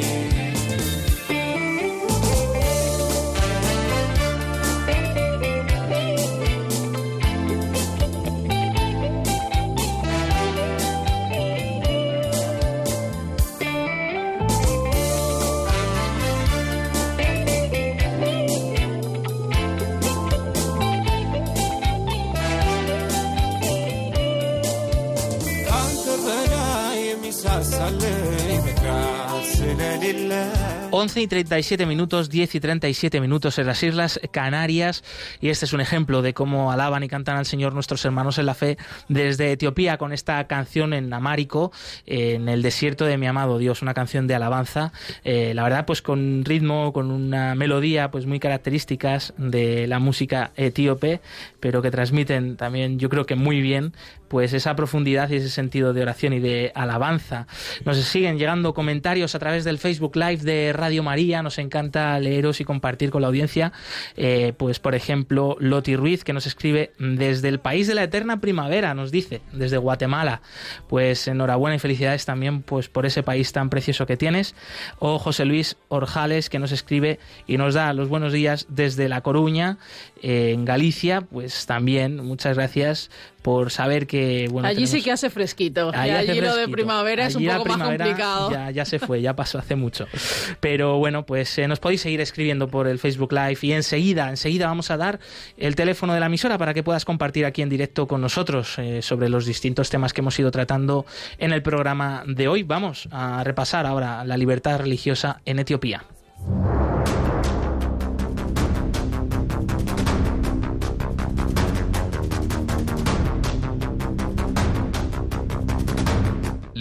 once y treinta y siete minutos, diez y treinta y siete minutos en las Islas Canarias, y este es un ejemplo de cómo alaban y cantan al Señor nuestros hermanos en la fe desde Etiopía con esta canción en amárico, eh, en el desierto de mi amado Dios, una canción de alabanza, eh, la verdad pues con ritmo, con una melodía pues muy características de la música etíope, pero que transmiten también yo creo que muy bien pues esa profundidad y ese sentido de oración y de alabanza. Nos siguen llegando comentarios a través del Facebook Live de Radio María, nos encanta leeros y compartir con la audiencia, eh, pues por ejemplo Loti Ruiz, que nos escribe desde el país de la eterna primavera, nos dice, desde Guatemala, pues enhorabuena y felicidades también pues por ese país tan precioso que tienes. O José Luis Orjales, que nos escribe y nos da los buenos días desde La Coruña, eh, en Galicia, pues también muchas gracias por saber que... Bueno, allí tenemos... sí que hace fresquito, allí y allí hace lo fresquito. de primavera allí es un poco más complicado. Ya, ya se fue, ya pasó hace mucho. Pero bueno, pues eh, nos podéis seguir escribiendo por el Facebook Live y enseguida, enseguida vamos a dar el teléfono de la emisora para que puedas compartir aquí en directo con nosotros eh, sobre los distintos temas que hemos ido tratando en el programa de hoy. Vamos a repasar ahora la libertad religiosa en Etiopía.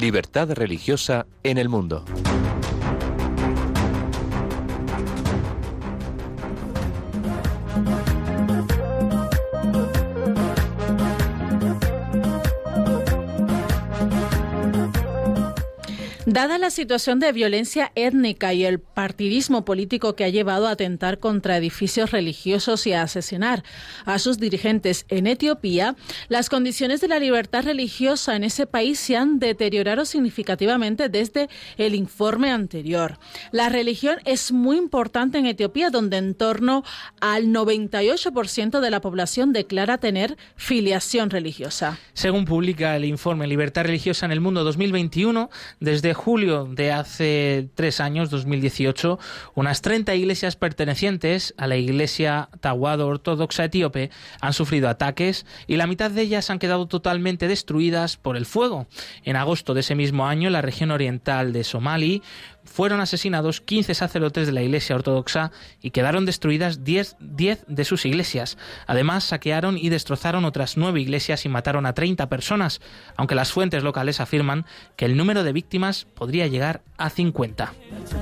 Libertad religiosa en el mundo. Dada la situación de violencia étnica y el partidismo político que ha llevado a atentar contra edificios religiosos y a asesinar a sus dirigentes en Etiopía, las condiciones de la libertad religiosa en ese país se han deteriorado significativamente desde el informe anterior. La religión es muy importante en Etiopía, donde en torno al noventa y ocho por ciento de la población declara tener filiación religiosa. Según publica el informe Libertad religiosa en el mundo dos mil veintiuno, desde julio de hace tres años, dos mil dieciocho, unas treinta iglesias pertenecientes a la Iglesia Tawhid Ortodoxa Etíope han sufrido ataques y la mitad de ellas han quedado totalmente destruidas por el fuego. En agosto de ese mismo año, en la región oriental de Somali, fueron asesinados quince sacerdotes de la Iglesia Ortodoxa y quedaron destruidas diez, diez de sus iglesias. Además, saquearon y destrozaron otras nueve iglesias y mataron a treinta personas, aunque las fuentes locales afirman que el número de víctimas podría llegar a cincuenta.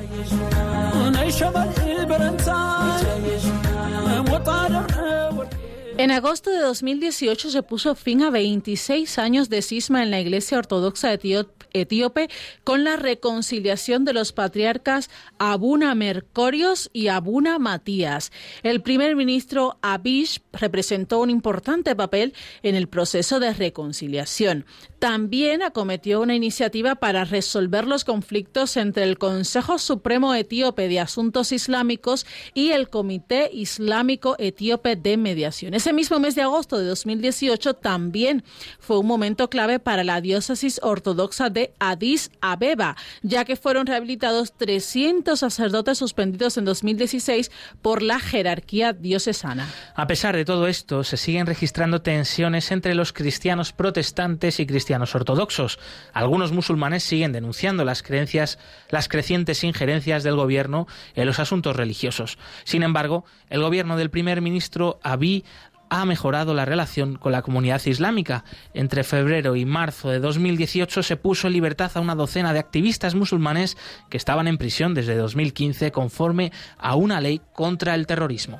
En agosto de dos mil dieciocho se puso fin a veintiséis años de cisma en la Iglesia Ortodoxa etíope con la reconciliación de los patriarcas Abuna Mercorios y Abuna Matías. El primer ministro Abiy representó un importante papel en el proceso de reconciliación. También acometió una iniciativa para resolver los conflictos entre el Consejo Supremo Etíope de Asuntos Islámicos y el Comité Islámico Etíope de Mediación. Ese mismo mes de agosto de dos mil dieciocho también fue un momento clave para la diócesis ortodoxa de Addis Abeba, ya que fueron rehabilitados trescientos sacerdotes suspendidos en dos mil dieciséis por la jerarquía diocesana. A pesar de todo esto, se siguen registrando tensiones entre los cristianos protestantes y cristianos ortodoxos. Algunos musulmanes siguen denunciando las creencias, las crecientes injerencias del gobierno en los asuntos religiosos. Sin embargo, el gobierno del primer ministro Abiy ha mejorado la relación con la comunidad islámica. Entre febrero y marzo de dos mil dieciocho se puso en libertad a una docena de activistas musulmanes que estaban en prisión desde dos mil quince conforme a una ley contra el terrorismo.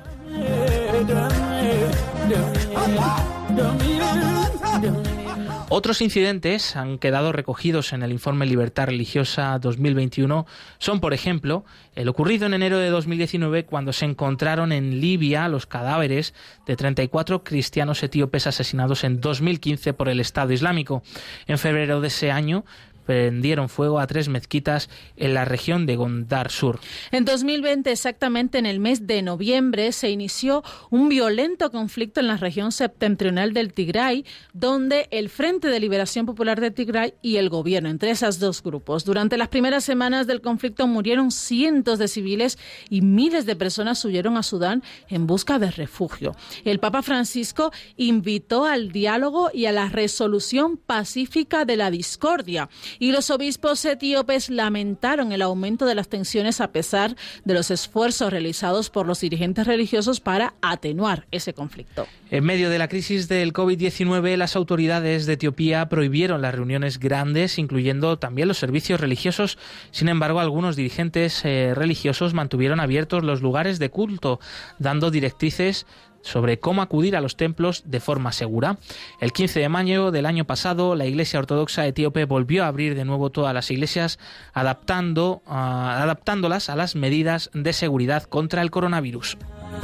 Otros incidentes han quedado recogidos en el informe Libertad Religiosa dos mil veintiuno. Son, por ejemplo, el ocurrido en enero de dos mil diecinueve cuando se encontraron en Libia los cadáveres de treinta y cuatro cristianos etíopes asesinados en dos mil quince por el Estado Islámico. En febrero de ese año prendieron fuego a tres mezquitas en la región de Gondar Sur. En dos mil veinte, exactamente en el mes de noviembre, se inició un violento conflicto en la región septentrional del Tigray, donde el Frente de Liberación Popular de Tigray y el gobierno, entre esos dos grupos. Durante las primeras semanas del conflicto murieron cientos de civiles y miles de personas huyeron a Sudán en busca de refugio. El Papa Francisco invitó al diálogo y a la resolución pacífica de la discordia. Y los obispos etíopes lamentaron el aumento de las tensiones a pesar de los esfuerzos realizados por los dirigentes religiosos para atenuar ese conflicto. En medio de la crisis del COVID diecinueve, las autoridades de Etiopía prohibieron las reuniones grandes, incluyendo también los servicios religiosos. Sin embargo, algunos dirigentes eh, religiosos mantuvieron abiertos los lugares de culto, dando directrices sobre cómo acudir a los templos de forma segura. El quince de mayo del año pasado, la Iglesia Ortodoxa Etíope volvió a abrir de nuevo todas las iglesias, adaptando, uh, adaptándolas a las medidas de seguridad contra el coronavirus.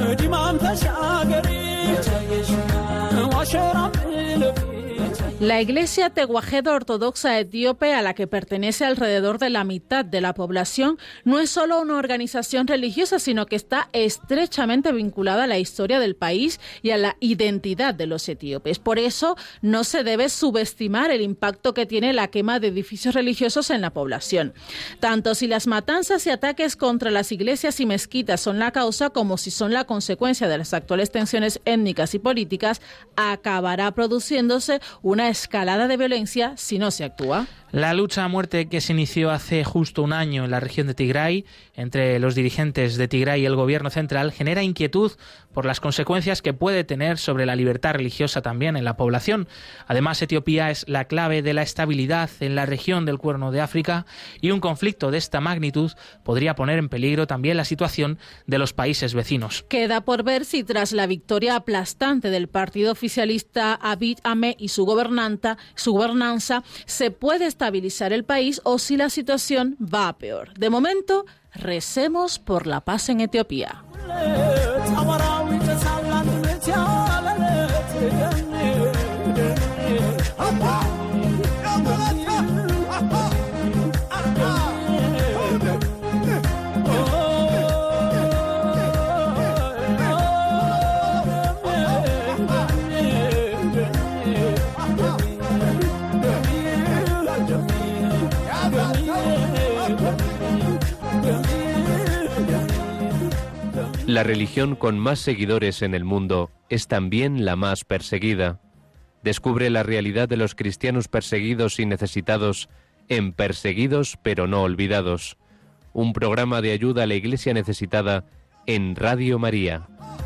La Iglesia Tewahid Ortodoxa Etíope, a la que pertenece alrededor de la mitad de la población, no es solo una organización religiosa, sino que está estrechamente vinculada a la historia del país y a la identidad de los etíopes. Por eso, no se debe subestimar el impacto que tiene la quema de edificios religiosos en la población. Tanto si las matanzas y ataques contra las iglesias y mezquitas son la causa, como si son la consecuencia de las actuales tensiones étnicas y políticas, acabará produciéndose una escalada de violencia si no se actúa. La lucha a muerte que se inició hace justo un año en la región de Tigray entre los dirigentes de Tigray y el gobierno central genera inquietud por las consecuencias que puede tener sobre la libertad religiosa también en la población. Además, Etiopía es la clave de la estabilidad en la región del Cuerno de África y un conflicto de esta magnitud podría poner en peligro también la situación de los países vecinos. Queda por ver si tras la victoria aplastante del partido oficialista Abiy Ahmed y su gobernanta, su gobernanza se puede estabilizar el país o si la situación va a peor. De momento, recemos por la paz en Etiopía. La religión con más seguidores en el mundo es también la más perseguida. Descubre la realidad de los cristianos perseguidos y necesitados en Perseguidos pero no olvidados, un programa de ayuda a la Iglesia necesitada en Radio María.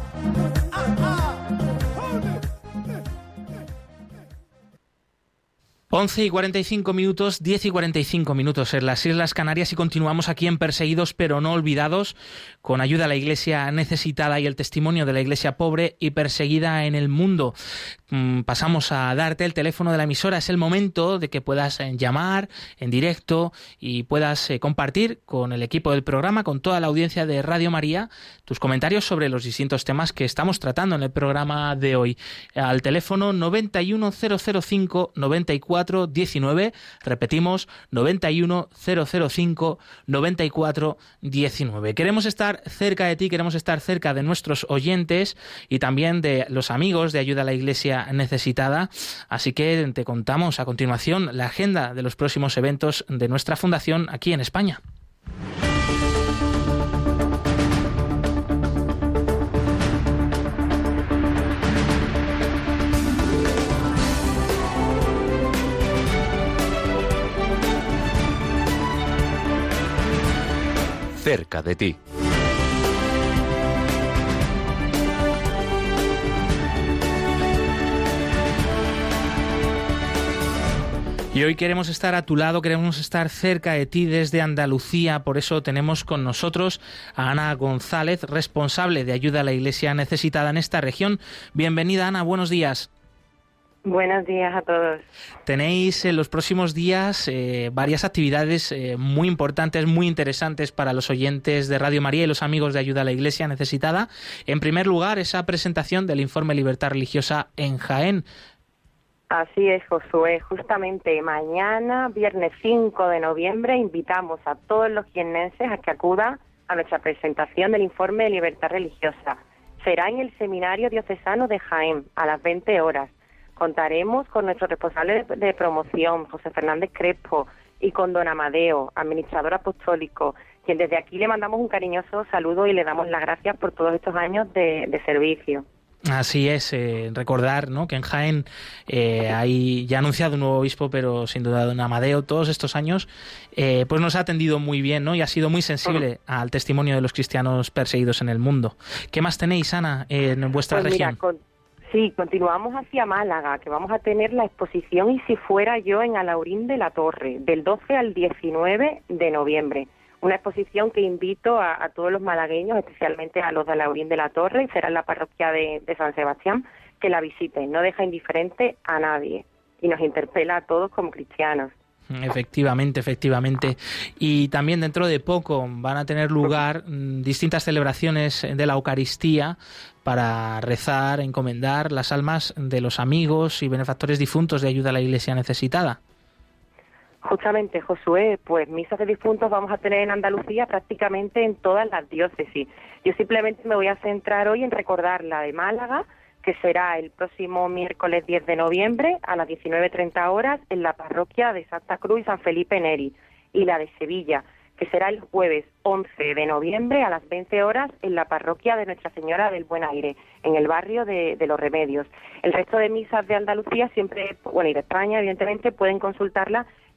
once y cuarenta y cinco minutos, diez y cuarenta y cinco minutos en las Islas Canarias y continuamos aquí en Perseguidos pero no olvidados con ayuda a la Iglesia necesitada y el testimonio de la Iglesia pobre y perseguida en el mundo. Pasamos a darte el teléfono de la emisora. Es el momento de que puedas llamar en directo y puedas compartir con el equipo del programa, con toda la audiencia de Radio María, tus comentarios sobre los distintos temas que estamos tratando en el programa de hoy. Al teléfono noventa y uno cero cero cinco noventa y cuatro diecinueve, repetimos, noventa y uno cero cero cinco noventa y cuatro diecinueve. Queremos estar cerca de ti, queremos estar cerca de nuestros oyentes y también de los amigos de Ayuda a la Iglesia Necesitada, así que te contamos a continuación la agenda de los próximos eventos de nuestra fundación aquí en España. Cerca de ti. Y hoy queremos estar a tu lado, queremos estar cerca de ti desde Andalucía, por eso tenemos con nosotros a Ana González, responsable de Ayuda a la Iglesia Necesitada en esta región. Bienvenida, Ana, buenos días. Buenos días a todos. Tenéis en los próximos días eh, varias actividades eh, muy importantes, muy interesantes para los oyentes de Radio María y los amigos de Ayuda a la Iglesia Necesitada. En primer lugar, esa presentación del informe Libertad Religiosa en Jaén. Así es, Josué. Justamente mañana, viernes cinco de noviembre, invitamos a todos los jiennenses a que acudan a nuestra presentación del informe de Libertad Religiosa. Será en el Seminario Diocesano de Jaén, a las veinte horas. Contaremos con nuestro responsable de, de promoción, José Fernández Crespo, y con don Amadeo, administrador apostólico, quien desde aquí le mandamos un cariñoso saludo y le damos las gracias por todos estos años de, de servicio. Así es, eh, recordar, ¿no?, que en Jaén eh, hay ya anunciado un nuevo obispo, pero sin duda don Amadeo todos estos años eh, pues nos ha atendido muy bien, ¿no?, y ha sido muy sensible uh-huh. al testimonio de los cristianos perseguidos en el mundo. ¿Qué más tenéis, Ana, en vuestra pues región? Mira, con, sí, continuamos hacia Málaga, que vamos a tener la exposición Y si fuera yo en Alaurín de la Torre, del doce al diecinueve de noviembre. Una exposición que invito a, a todos los malagueños, especialmente a los de Alaurín de la Torre, y será en la parroquia de, de San Sebastián, que la visiten. No deja indiferente a nadie y nos interpela a todos como cristianos. Efectivamente, efectivamente. Y también dentro de poco van a tener lugar distintas celebraciones de la Eucaristía para rezar, encomendar las almas de los amigos y benefactores difuntos de Ayuda a la Iglesia Necesitada. Justamente, Josué, pues misas de difuntos vamos a tener en Andalucía prácticamente en todas las diócesis. Yo simplemente me voy a centrar hoy en recordar la de Málaga, que será el próximo miércoles diez de noviembre a las diecinueve treinta horas en la parroquia de Santa Cruz y San Felipe Neri, y la de Sevilla, que será el jueves once de noviembre a las veinte horas en la parroquia de Nuestra Señora del Buen Aire, en el barrio de, de Los Remedios. El resto de misas de Andalucía siempre, bueno, y de España, evidentemente, pueden consultarla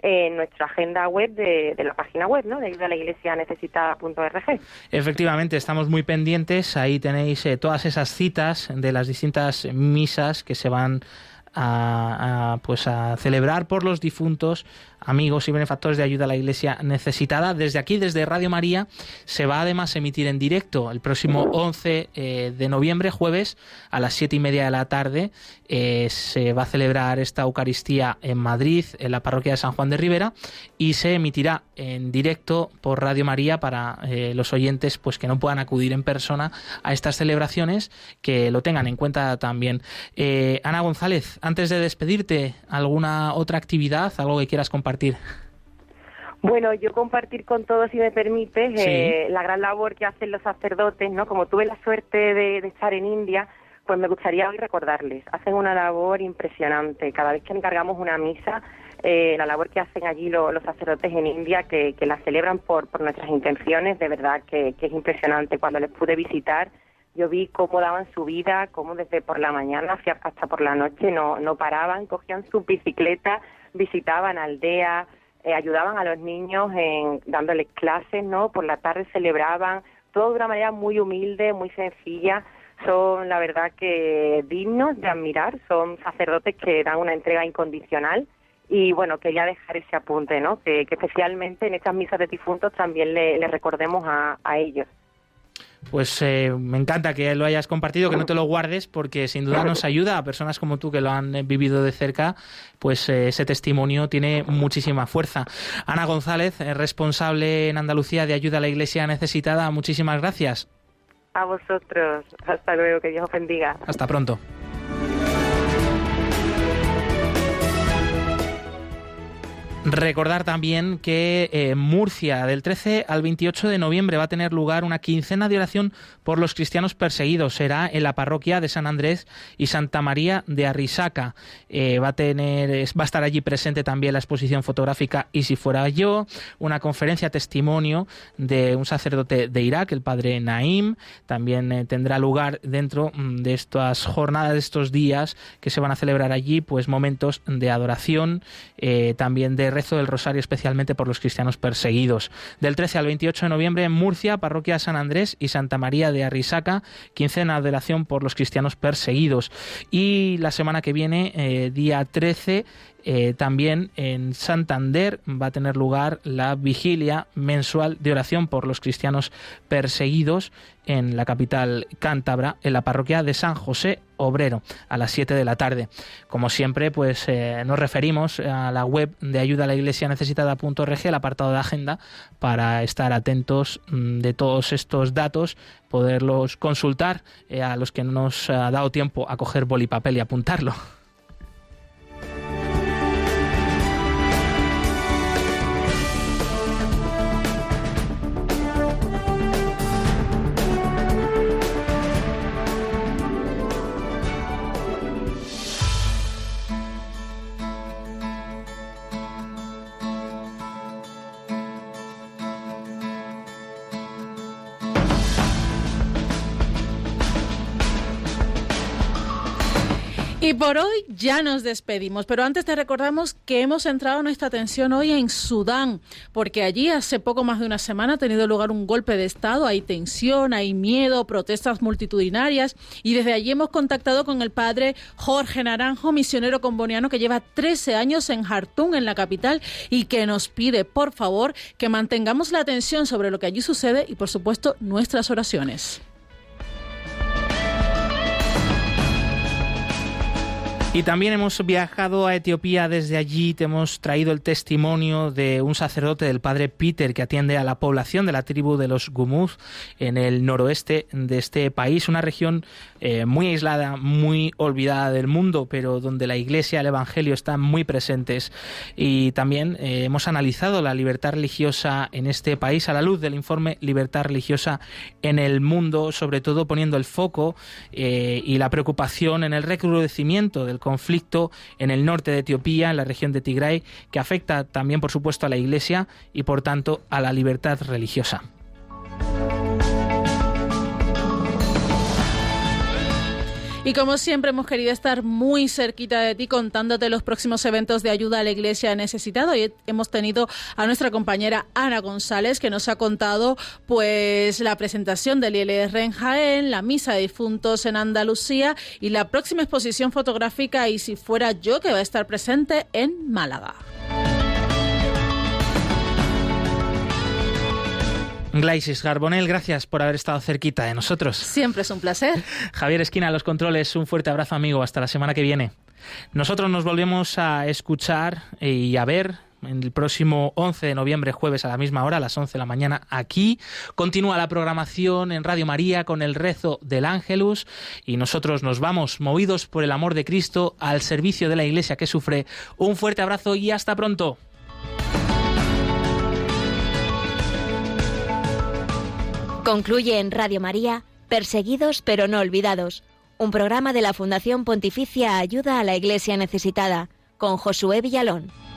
en nuestra agenda web de, de la página web, ¿no?, de ayuda a la iglesia necesitada punto org. Efectivamente, estamos muy pendientes. Ahí tenéis eh, todas esas citas de las distintas misas que se van a, a, pues a celebrar por los difuntos, amigos y benefactores de ayuda a la iglesia necesitada. Desde aquí, desde Radio María, se va además a emitir en directo el próximo once eh, de noviembre, jueves, a las siete y media de la tarde. Eh, se va a celebrar esta Eucaristía en Madrid, en la parroquia de San Juan de Ribera, y se emitirá en directo por Radio María para eh, los oyentes pues que no puedan acudir en persona a estas celebraciones, que lo tengan en cuenta también. Eh, Ana González, antes de despedirte, ¿alguna otra actividad, algo que quieras compartir? Bueno, yo compartir con todos, si me permites, sí. eh, la gran labor que hacen los sacerdotes, ¿no? Como tuve la suerte de, de estar en India, pues me gustaría hoy recordarles. Hacen una labor impresionante. Cada vez que encargamos una misa, eh, la labor que hacen allí lo, los sacerdotes en India, que, que la celebran por, por nuestras intenciones, de verdad que, que es impresionante. Cuando les pude visitar, yo vi cómo daban su vida, cómo desde por la mañana hasta por la noche no, no paraban, cogían su bicicleta, visitaban aldeas, eh, ayudaban a los niños en dándoles clases, ¿no? Por la tarde celebraban, todo de una manera muy humilde, muy sencilla. Son, la verdad, que dignos de admirar. Son sacerdotes que dan una entrega incondicional. Y, bueno, quería dejar ese apunte, ¿no? Que, que especialmente en estas misas de difuntos también le, le recordemos a, a ellos. Pues eh, me encanta que lo hayas compartido, que no te lo guardes, porque sin duda nos ayuda a personas como tú que lo han vivido de cerca, pues eh, ese testimonio tiene muchísima fuerza. Ana González, eh, responsable en Andalucía de Ayuda a la Iglesia Necesitada, muchísimas gracias. A vosotros. Hasta luego, que Dios os bendiga. Hasta pronto. Recordar también que en eh, Murcia, del trece al veintiocho de noviembre, va a tener lugar una quincena de oración por los cristianos perseguidos. Será en la parroquia de San Andrés y Santa María de Arrisaca. Eh, va a tener, va a estar allí presente también la exposición fotográfica Y si fuera yo, una conferencia testimonio de un sacerdote de Irak, el padre Naim. También eh, tendrá lugar dentro de estas jornadas, de estos días que se van a celebrar allí, pues momentos de adoración, eh, también de rezo del rosario, especialmente por los cristianos perseguidos. Del trece al veintiocho de noviembre en Murcia, parroquia San Andrés y Santa María de Arrisaca, quincena de oración por los cristianos perseguidos. Y la semana que viene, eh, día trece, Eh, también en Santander va a tener lugar la vigilia mensual de oración por los cristianos perseguidos en la capital cántabra, en la parroquia de San José Obrero, a las siete de la tarde. Como siempre, pues eh, nos referimos a la web de ayuda a la iglesia necesitada punto org, el apartado de agenda, para estar atentos mmm, de todos estos datos, poderlos consultar eh, a los que no nos ha dado tiempo a coger boli y papel y apuntarlo. Y por hoy ya nos despedimos, pero antes te recordamos que hemos centrado nuestra atención hoy en Sudán, porque allí hace poco más de una semana ha tenido lugar un golpe de Estado, hay tensión, hay miedo, protestas multitudinarias, y desde allí hemos contactado con el padre Jorge Naranjo, misionero comboniano que lleva trece años en Jartum, en la capital, y que nos pide, por favor, que mantengamos la atención sobre lo que allí sucede y, por supuesto, nuestras oraciones. Y también hemos viajado a Etiopía. Desde allí te hemos traído el testimonio de un sacerdote, del padre Peter, que atiende a la población de la tribu de los Gumuz en el noroeste de este país, una región eh, muy aislada, muy olvidada del mundo, pero donde la Iglesia, el Evangelio están muy presentes. Y también eh, hemos analizado la libertad religiosa en este país a la luz del informe Libertad Religiosa en el Mundo, sobre todo poniendo el foco eh, y la preocupación en el recrudecimiento del conflicto en el norte de Etiopía, en la región de Tigray, que afecta también, por supuesto, a la Iglesia y, por tanto, a la libertad religiosa. Y como siempre hemos querido estar muy cerquita de ti contándote los próximos eventos de ayuda a la Iglesia necesitada. Hoy hemos tenido a nuestra compañera Ana González, que nos ha contado pues la presentación del I L R en Jaén, la misa de difuntos en Andalucía y la próxima exposición fotográfica Y si fuera yo, que va a estar presente en Málaga. Glaisis Garbonell, gracias por haber estado cerquita de nosotros. Siempre es un placer. Javier Esquina, los controles, un fuerte abrazo, amigo. Hasta la semana que viene. Nosotros nos volvemos a escuchar y a ver el próximo once de noviembre, jueves a la misma hora, a las once de la mañana, aquí. Continúa la programación en Radio María con el rezo del Ángelus y nosotros nos vamos, movidos por el amor de Cristo, al servicio de la Iglesia que sufre. Un fuerte abrazo y hasta pronto. Concluye en Radio María, Perseguidos pero no olvidados, un programa de la Fundación Pontificia Ayuda a la Iglesia Necesitada, con Josué Villalón.